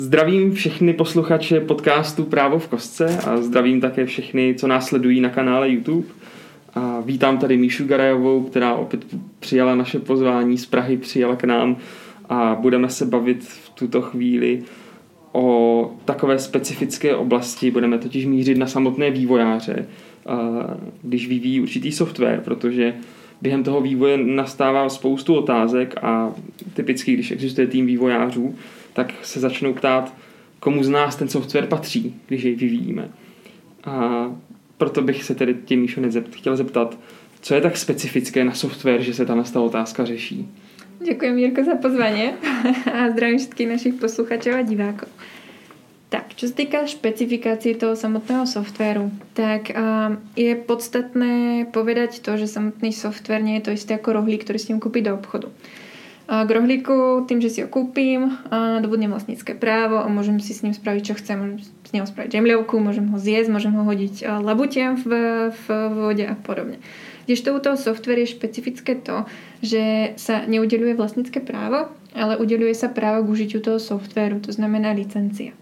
Zdravím všechny posluchače podcastu Právo v kostce a zdravím také všechny, co nás sledují na kanále YouTube. A vítám tady Míšu Garajovou, která opět přijala naše pozvání z Prahy, přijela k nám a budeme se bavit v tuto chvíli o takové specifické oblasti. Budeme totiž mířit na samotné vývojáře, když vyvíjí určitý software, protože během toho vývoje nastává spoustu otázek a typicky, když existuje tým vývojářů, tak se začnou ptát, komu z nás ten software patří, když jej vyvíjíme. A proto bych se tedy tě, Míšo, chtěl zeptat, co je tak specifické na software, že se ta otázka řeší. Ďakujem, Jirko, za pozvanie a zdravím všetkých našich posluchačov a divákov. Tak, čo sa týka špecifikácií toho samotného softvéru, tak je podstatné povedať to, že samotný softvér nie je to isté ako rohlík, ktorý si idem kúpiť do obchodu. K rohlíku, tým, že si ho kúpim, dobudnem vlastnícke právo a môžem si s ním spraviť, čo chcem. Môžem s ním spraviť žemľovku, môžem ho zjesť, môžem ho hodiť labutiem v vode a podobne. Kdežto u toho softvéru je špecifické to, že sa neudeľuje vlastnícke právo, ale udeľuje sa právo k užitiu toho softvéru, to znamená licencia.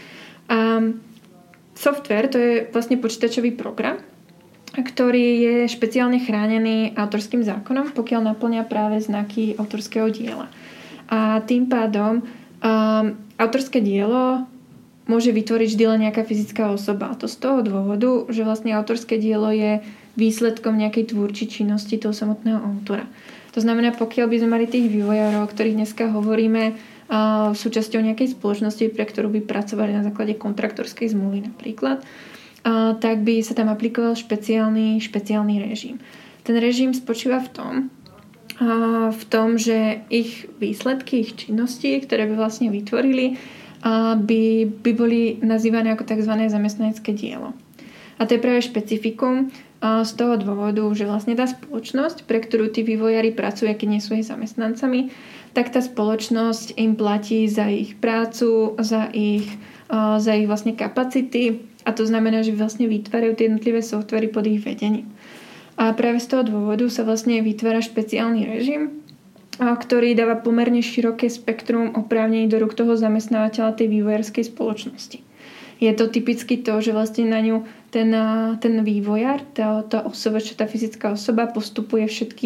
Software to je vlastne počítačový program, ktorý je špeciálne chránený autorským zákonom, pokiaľ naplňa práve znaky autorského diela. A tým pádom autorské dielo môže vytvoriť vždy len nejaká fyzická osoba. A to z toho dôvodu, že vlastne autorské dielo je výsledkom nejakej tvorčej činnosti toho samotného autora. To znamená, pokiaľ by sme mali tých vývojárov, o ktorých dneska hovoríme, súčasťou nejakej spoločnosti, pre ktorú by pracovali na základe kontraktorskej zmluvy napríklad, tak by sa tam aplikoval špeciálny režim. Ten režim spočíva v tom, že ich výsledky, ich činnosti, ktoré by vlastne vytvorili, by boli nazývané ako tzv. Zamestnanecké dielo. A to je práve špecifikum z toho dôvodu, že vlastne tá spoločnosť, pre ktorú tí vývojári pracujú, keď nie sú jej zamestnancami, tak tá spoločnosť im platí za ich prácu, za ich vlastne kapacity a to znamená, že vlastne vytvárajú tie jednotlivé softvery pod ich vedením. A práve z toho dôvodu sa vlastne vytvára špeciálny režim, ktorý dáva pomerne široké spektrum oprávnení do rúk toho zamestnávateľa tej vývojárskej spoločnosti. Je to typicky to, že vlastne na ňu ten vývojár, tá osoba, čo tá fyzická osoba postupuje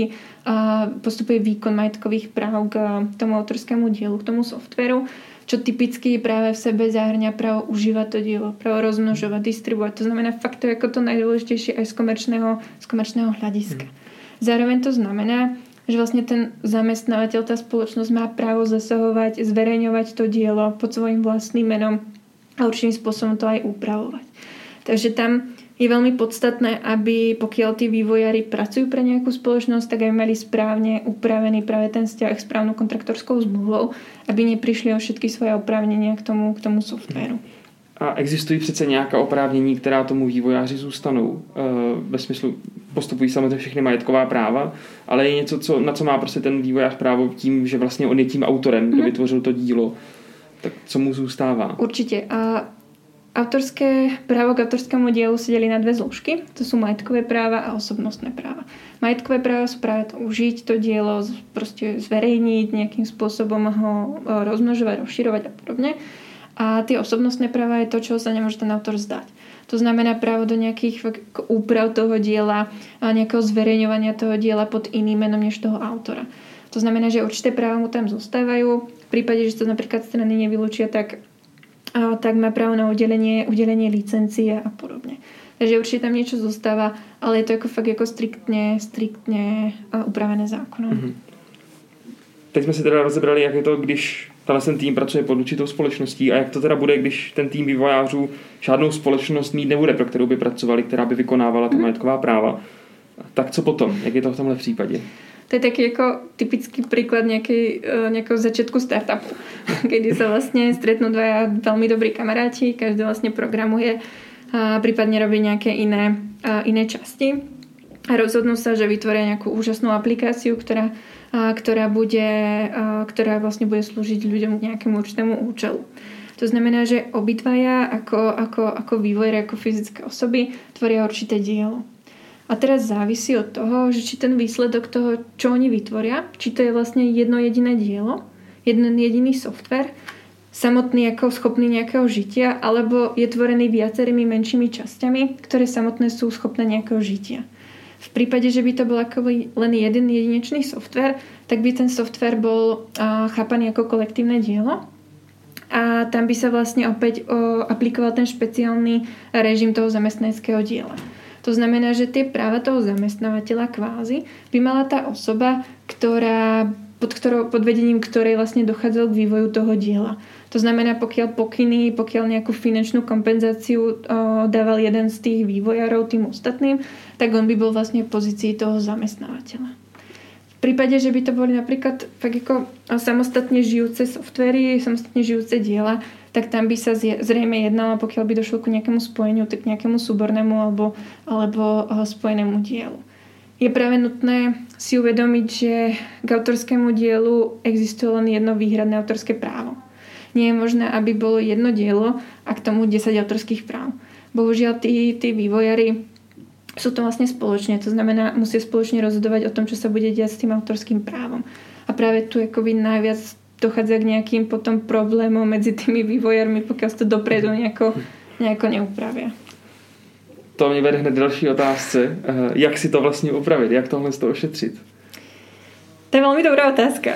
výkon majetkových práv k tomu autorskému dielu, k tomu softveru, čo typicky práve v sebe zahrňa právo užívať to dielo, právo rozmnožovať, distribuovať. To znamená fakt to je ako to najdôležitejšie aj z komerčného hľadiska. Zároveň to znamená, že vlastne ten zamestnávateľ, tá spoločnosť má právo zasahovať, zverejňovať to dielo pod svojím vlastným menom a určitým spôsobom to aj upravovať. Takže tam je veľmi podstatné, aby pokiaľ tí vývojári pracujú pre nejakú spoločnosť, tak aby mali správne upravený práve ten vzťah s správnou kontraktorskou zmluvou, aby neprišli o všetky svoje oprávnenia k tomu softwaru. A existují přece nějaká oprávnění, která tomu vývojáři zůstanou? Ve smyslu, postupují samozřejmě všechny majetková práva, ale je něco, na co má prostě ten vývojář právo tím, že vlastně on je tím autorem, kdo vytvořil to dílo. Tak co mu zůstává? Určite. Autorské právo k autorskému dielu sa delí na dve zložky. To sú majetkové práva a osobnostné práva. Majetkové práva sú práve to užiť to dielo, proste zverejniť, nejakým spôsobom ho rozmnožovať, rozširovať a podobne. A tie osobnostné práva je to, čoho sa nemôže ten autor zdať. To znamená právo do nejakých úprav toho diela, nejakého zverejňovania toho diela pod iným menom než toho autora. To znamená, že určité práva mu tam zostávajú. V prípade, že to napríklad strany nevylúčia, tak má právo na udelenie licencie a podobne. Takže určite tam niečo zostáva, ale je to ako fakt striktne upravené zákonom. Mm-hmm. Teď jsme si teda rozebrali, jak je to, když ten tým pracuje pod určitou společností a jak to teda bude, když ten tým vývojářů žádnou společnost mít nebude, pro kterou by pracovali, která by vykonávala ta majetková práva. Tak co potom? Jak je to v tomhle případě? To je taký ako typický príklad nejakého začiatku startupu, kedy sa vlastne stretnú dvaja veľmi dobrí kamaráti, každý vlastne programuje a prípadne robí nejaké iné časti a rozhodnú sa, že vytvoria nejakú úžasnú aplikáciu, ktorá vlastne bude slúžiť ľuďom k nejakému určitému účelu. To znamená, že obidvaja ako vývojere, ako fyzické osoby tvoria určité dielo. A teraz závisí od toho, že či ten výsledok toho, čo oni vytvoria, či to je vlastne jedno jediné dielo, jeden jediný software, samotný ako schopný nejakého žitia, alebo je tvorený viacerými menšími časťami, ktoré samotné sú schopné nejakého žitia. V prípade, že by to bol ako len jeden jedinečný software, tak by ten software bol chápaný ako kolektívne dielo a tam by sa vlastne opäť aplikoval ten špeciálny režim toho zamestnaneckého diela. To znamená, že tie práva toho zamestnávateľa kvázi by mala tá osoba, pod vedením ktorej vlastne dochádzalo k vývoju toho diela. To znamená, pokiaľ nejakú finančnú kompenzáciu dával jeden z tých vývojárov tým ostatným, tak on by bol vlastne v pozícii toho zamestnávateľa. V prípade, že by to boli napríklad fakt ako samostatne žijúce softvery, samostatne žijúce diela, tak tam by sa zrejme jednalo, pokiaľ by došlo ku nejakému spojeniu, tak k nejakému súbornému alebo spojenému dielu. Je práve nutné si uvedomiť, že k autorskému dielu existuje len jedno výhradné autorské právo. Nie je možné, aby bolo jedno dielo a k tomu 10 autorských práv. Bohužiaľ, tí vývojári sú to vlastne spoločne. To znamená, musia spoločne rozhodovať o tom, čo sa bude diať s tým autorským právom. A práve tu akoby najviac dochádza k nejakým potom problémom medzi tými vývojármi, pokiaľ sa to dopredu nejako neupravia. To mě vede hned další otázce. Jak si to vlastně upravit? Jak tohle z toho ošetřit? To je veľmi dobrá otázka.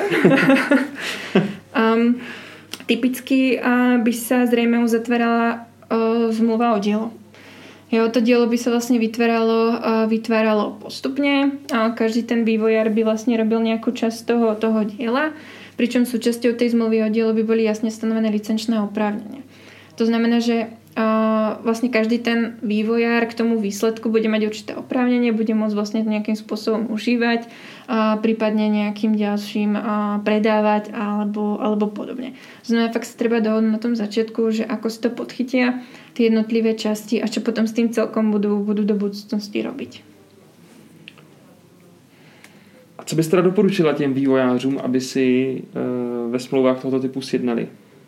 Typicky by sa zrejme uzatvárala zmluva o dielo. To dielo by sa vlastne vytváralo postupne. Každý ten vývojár by vlastne robil nejakú časť toho diela, pričom súčasťou tej zmluvy o dielo by boli jasne stanovené licenčné oprávnenia. To znamená, že vlastne každý ten vývojár k tomu výsledku bude mať určité oprávnenie, bude môcť vlastne nejakým spôsobom užívať, prípadne nejakým ďalším predávať alebo podobne. Znamená, fakt sa treba dohodnúť na tom začiatku, že ako si to podchytia tie jednotlivé časti a čo potom s tým celkom budú do budúcnosti robiť. A co byste teda doporučila těm vývojářům, aby si ve smlouvách tohoto typu sjednali?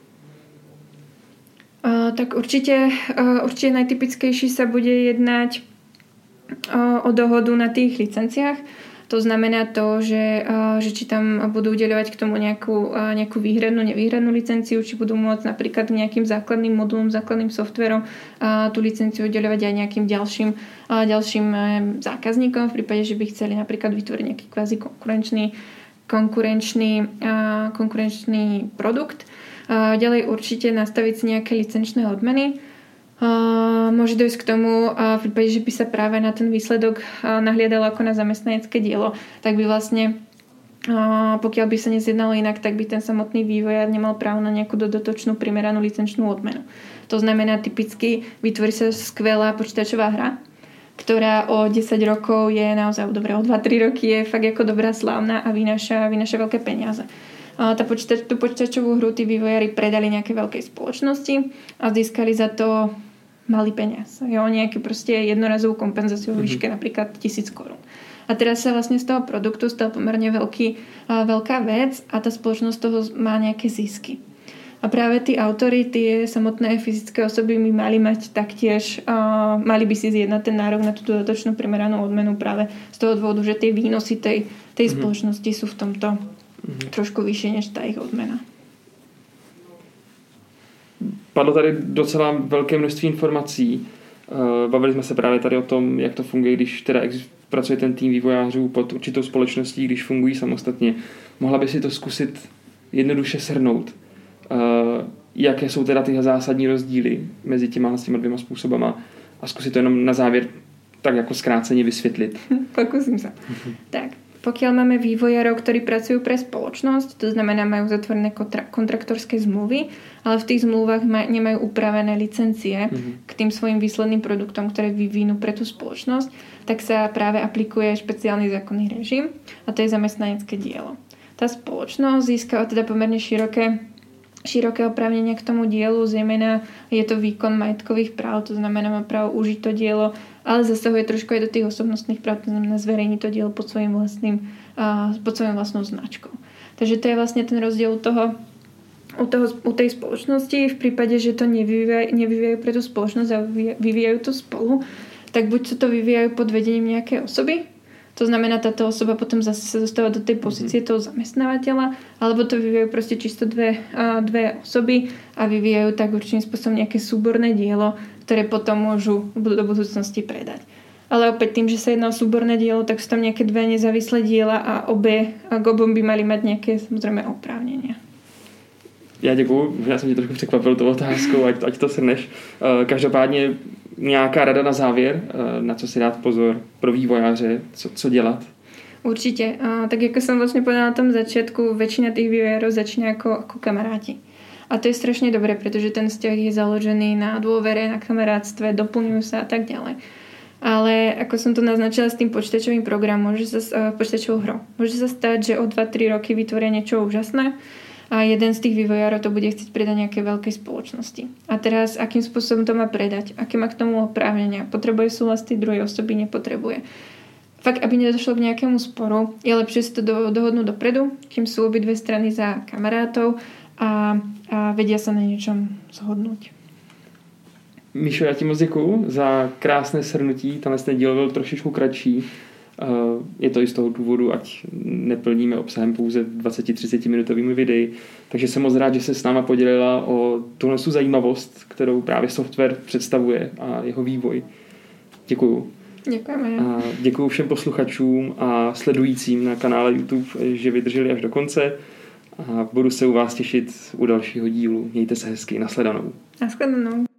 Tak určite najtypickejší sa bude jednať o dohodu na tých licenciách. To znamená to, že či tam budú udeľovať k tomu nejakú výhradnú, nevýhradnú licenciu, či budú môcť napríklad nejakým základným modulom, základným softverom tú licenciu udeľovať aj nejakým ďalším zákazníkom v prípade, že by chceli napríklad vytvoriť nejaký kvázi konkurenčný produkt. Ďalej určite nastaviť si nejaké licenčné odmeny. Môže dojsť k tomu, v prípade, že by sa práve na ten výsledok nahliadalo ako na zamestnanecké dielo, tak by vlastne, pokiaľ by sa nezjednalo inak, tak by ten samotný vývojár nemal právo na nejakú dodatočnú primeranú licenčnú odmenu. To znamená, typicky vytvorí sa skvelá počítačová hra, ktorá o 10 rokov je naozaj dobré, o 2-3 roky je fakt ako dobrá, slávna a vynáša veľké peniaze. Tú počítačovú hru tí vývojári predali nejaké veľkej spoločnosti a získali za to malý peniaz. Nejakú proste jednorazovú kompenzáciu v výške napríklad 1000 korún. A teraz sa vlastne z toho produktu stal pomerne veľká vec a tá spoločnosť toho má nejaké zisky. A práve tí autori, tie samotné fyzické osoby by mali mať taktiež, mali by si zjednať ten nárok na tú dodatočnú primeranú odmenu práve z toho dôvodu, že tie výnosy tej spoločnosti sú v tomto trošku vyššie než ta jejich odmena. Padlo tady docela velké množství informací. Bavili jsme se právě tady o tom, jak to funguje, když teda pracuje ten tým vývojářů pod určitou společností, když fungují samostatně. Mohla by si to zkusit jednoduše shrnout? Jaké jsou teda ty zásadní rozdíly mezi těma dvěma způsobama a zkusit to jenom na závěr tak jako zkráceně vysvětlit. Pokúsim sa. Tak, pokiaľ máme vývojárov, ktorí pracujú pre spoločnosť, to znamená majú zatvorené kontraktorské zmluvy, ale v tých zmluvách nemajú upravené licencie k tým svojim výsledným produktom, ktoré vyvinú pre tú spoločnosť, tak sa práve aplikuje špeciálny zákonný režim a to je zamestnanecké dielo. Tá spoločnosť získava teda pomerne široké oprávnenia k tomu dielu, zejména je to výkon majetkových práv, to znamená má právo užiť to dielo, ale zasahuje trošku aj do tých osobnostných práv, to znamená zverejniť to dielo pod svojím vlastnou značkou. Takže to je vlastne ten rozdiel u tej spoločnosti. V prípade, že to nevyvíjajú pre tú spoločnosť a vyvíjajú to spolu, tak buď sa to vyvíjajú pod vedením nejakej osoby, To znamená, táto osoba potom zase sa dostáva do tej pozície toho zamestnávateľa, alebo to vyvíjajú proste čisto dve osoby a vyvíjajú tak určitým spôsobom nejaké súborné dielo, ktoré potom môžu do budúcnosti predať. Ale opäť tým, že sa jedná o súborné dielo, tak sú tam nejaké dve nezávislé diela a k obom by mali mať nejaké samozrejme oprávnenia. Já děkuju, já jsem tě trošku překvapil tou otázkou, ať to shrneš. Každopádně nějaká rada na závěr, na co si dát pozor pro vývojáře, co dělat? Určite. Tak ako som vlastne povedala na tom začiatku, väčšina tých vývojárov začne ako kamaráti. A to je strašne dobré, pretože ten vzťah je založený na dôvere, na kamarátstve, doplňujú sa a tak ďalej. Ale ako som to naznačila s tým počítačovým programom, počítačovou hrou, môže sa stať, že o 2-3 roky vytvoria niečo úžasné a jeden z tých vývojárov to bude chcieť predať nejakej veľkej spoločnosti. A teraz, akým spôsobom to má predať? Aké má k tomu oprávnenia? Potrebuje súhlas tej druhej osoby? Nepotrebuje. Fakt, aby nedošlo k nejakému sporu, je lepšie si to dohodnúť dopredu, kým sú obidve strany za kamarátov a vedia sa na niečom zhodnúť. Míšo, já ti moc děkuju za krásné shrnutí. Tenhle díl byl trošičku kratší. Je to i z toho důvodu, ať neplníme obsahem pouze 20-30 minutovými videi. Takže jsem moc rád, že se s náma podělila o tuhle zajímavost, kterou právě software představuje a jeho vývoj. Děkuju. Děkujeme. A děkuju všem posluchačům a sledujícím na kanále YouTube, že vydrželi až do konce. A budu se u vás těšit u dalšího dílu. Mějte se hezky. Nashledanou. Nashledanou.